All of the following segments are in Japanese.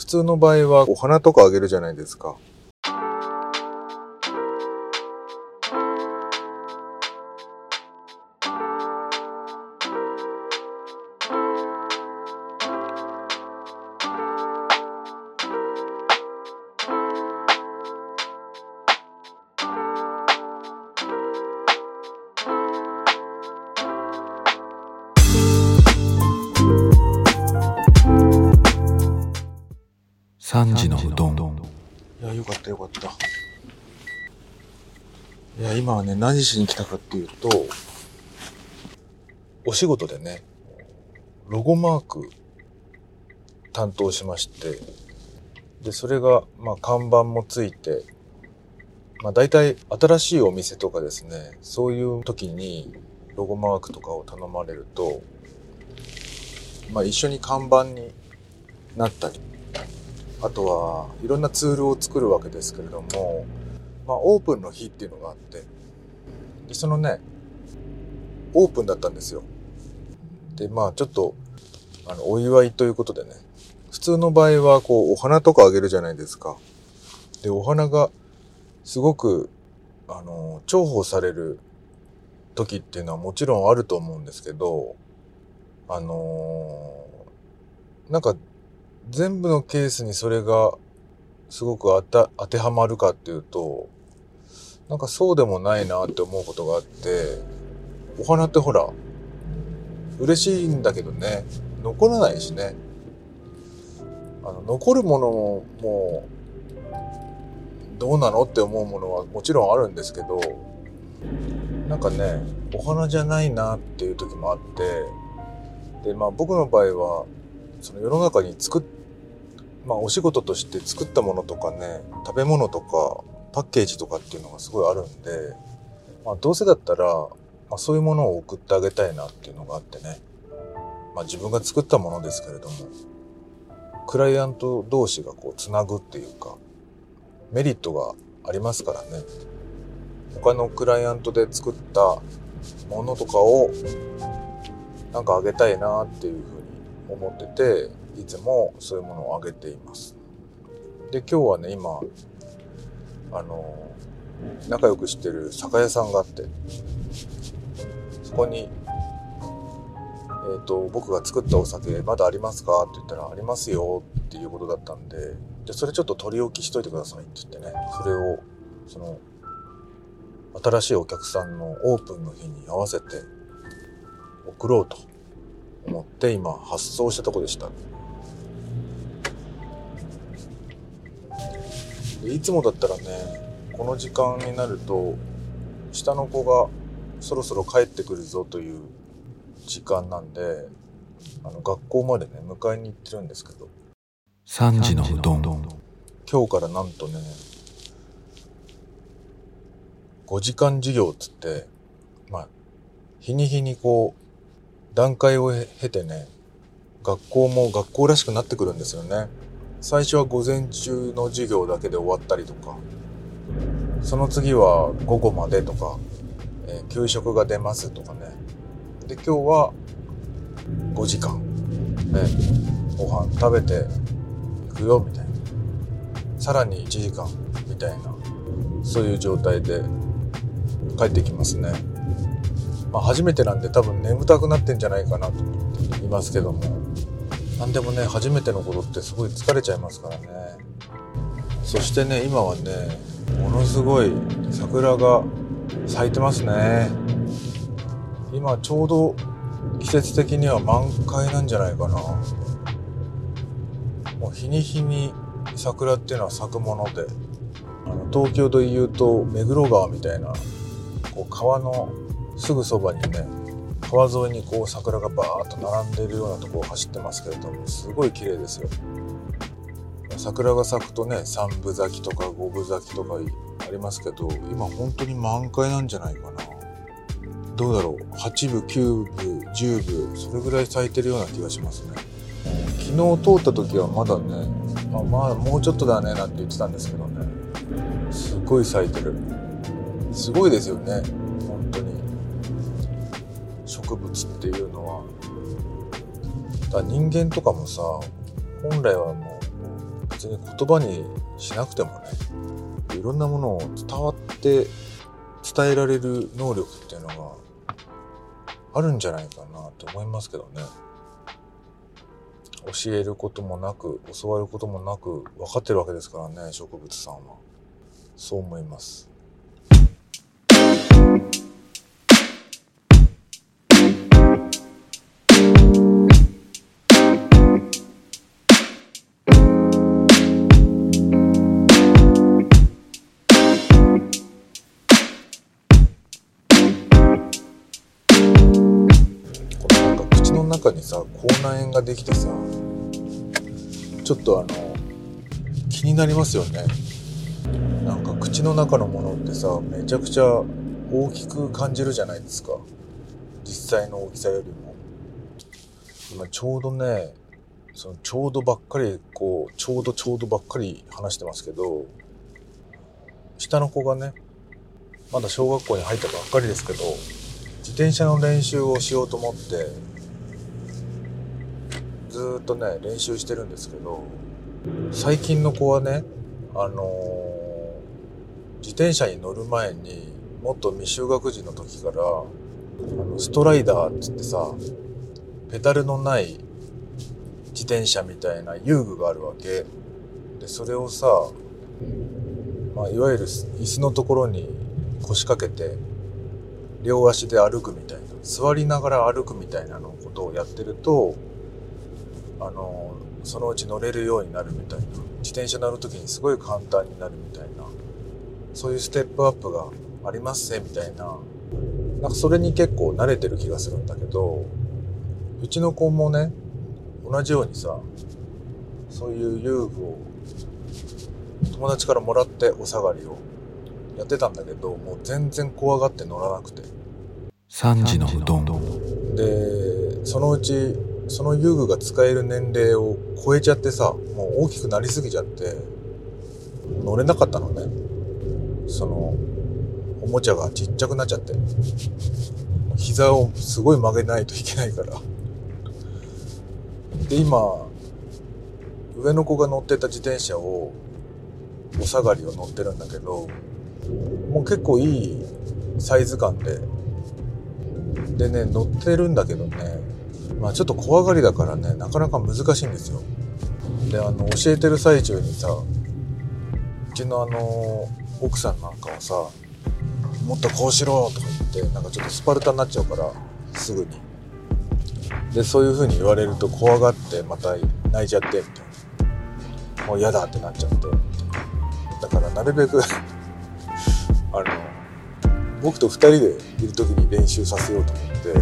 普通の場合はお花とかあげるじゃないですか。 3時のうどん。 いや、よかったよかった。いや、今はね、何しに来たかっていうと、お仕事でね、ロゴマーク担当しまして、で、それが、看板もついて、大体新しいお店とかですね、そういう時にロゴマークとかを頼まれると、一緒に看板になったり、あとはいろんなツールを作るわけですけれども、オープンの日っていうのがあって、でそのね、オープンだったんですよ。で、ちょっとお祝いということでね、普通の場合はお花とかあげるじゃないですか。で、お花がすごく重宝される時っていうのはもちろんあると思うんですけど、なんか全部のケースにそれがすごく当てはまるかっていうと、なんかそうでもないなって思うことがあって、お花ってほら、嬉しいんだけどね、残らないしね。残るものもどうなのって思うものはもちろんあるんですけど、なんかね、お花じゃないなっていう時もあって、で、僕の場合は、その世の中にお仕事として作ったものとかね、食べ物とかパッケージとかっていうのがすごいあるんで、どうせだったら、そういうものを送ってあげたいなっていうのがあってね。自分が作ったものですけれども、クライアント同士がつなぐっていうか、メリットがありますからね。他のクライアントで作ったものとかをなんかあげたいなっていうふうに思ってて、いつもそういうものをあげています。で、今日はね、今仲良くしてる酒屋さんがあって、そこに僕が作ったお酒まだありますかって言ったら、ありますよっていうことだったんで、それちょっと取り置きしといてくださいって言ってね、それを新しいお客さんのオープンの日に合わせて送ろうと思って今発送したとこでした。いつもだったらね、この時間になると下の子がそろそろ帰ってくるぞという時間なんで、学校までね迎えに行ってるんですけど、 3時のうどん。 今日からなんとね、5時間授業っつって、日に日に段階を経てね、学校も学校らしくなってくるんですよね。最初は午前中の授業だけで終わったりとか、その次は午後までとか、給食が出ますとかね。で、今日は5時間、ご飯食べて行くよみたいな。さらに1時間みたいな、そういう状態で帰ってきますね。初めてなんで多分眠たくなってんじゃないかなと言いますけども、なんでもね、初めてのことってすごい疲れちゃいますからね。そしてね、今はね、ものすごい桜が咲いてますね。今ちょうど季節的には満開なんじゃないかな。もう日に日に桜っていうのは咲くもので、東京でいうと目黒川みたいな川のすぐそばにね、川沿いに桜がバーッと並んでいるようなところを走ってますけれども、すごい綺麗ですよ。桜が咲くとね、3分咲きとか5分咲きとかありますけど、今本当に満開なんじゃないかな。どうだろう、8分9分10分、それぐらい咲いてるような気がしますね。昨日通った時はまだね、もうちょっとだねなんて言ってたんですけどね、すごい咲いてる。すごいですよね、本当に。植物っていうのは。だから人間とかもさ、本来はも別に言葉にしなくてもね、いろんなものを伝わって伝えられる能力っていうのがあるんじゃないかなと思いますけどね。教えることもなく教わることもなく分かってるわけですからね、植物さんは。そう思います。口の中にさ、口内炎ができてさ、ちょっと気になりますよね。なんか口の中のものってさ、めちゃくちゃ大きく感じるじゃないですか、実際の大きさよりも。今ちょうどね、ちょうどばっかり話してますけど、下の子がね、まだ小学校に入ったばっかりですけど、自転車の練習をしようと思ってずーっとね練習してるんですけど、最近の子はね、自転車に乗る前にもっと未就学児の時からストライダーって言ってさ、ペダルのない自転車みたいな遊具があるわけで、それをさ、いわゆる椅子のところに腰掛けて両足で歩くみたいな、座りながら歩くみたいなのことをやってると、そのうち乗れるようになるみたいな、自転車乗るときにすごい簡単になるみたいな、そういうステップアップがありますねみたいな、なんかそれに結構慣れてる気がするんだけど、うちの子もね同じようにさ、そういう遊具を友達からもらってお下がりをやってたんだけど、もう全然怖がって乗らなくて、 3時のうどんで、そのうちその遊具が使える年齢を超えちゃってさ、もう大きくなりすぎちゃって乗れなかったのね。そのおもちゃがちっちゃくなっちゃって、膝をすごい曲げないといけないから。で、今上の子が乗ってた自転車をお下がりを乗ってるんだけど、もう結構いいサイズ感でね、乗ってるんだけどね、ちょっと怖がりだからね、なかなか難しいんですよ。で、教えてる最中にさ、うちの奥さんなんかはさ、もっとこうしろとか言って、なんかちょっとスパルタになっちゃうから、すぐに。で、そういう風に言われると怖がってまた泣いちゃってみたいな、もう嫌だってなっちゃって、だからなるべく僕と2人でいる時に練習させようと思って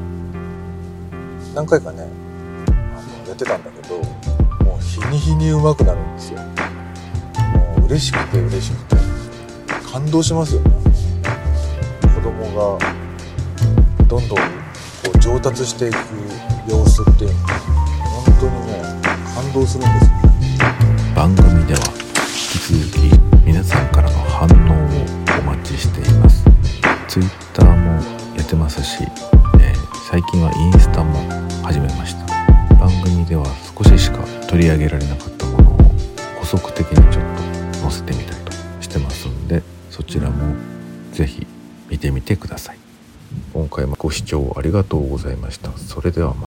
何回かねやってたんだけど、もう日に日に上手くなるんですよ。もう嬉しくて感動しますよね。子供がどんどんこう上達していく様子っていうのが本当にね感動するんですよ。 番組では引き続き皆さんからの反応をお待ちしています。ツイッターもやってますし、最近はインスタも始めました。番組では少ししか取り上げられなかったものを補足的にちょっと載せてみたりとしてますんで、そちらもぜひ見てみてください。今回もご視聴ありがとうございました。それではまた。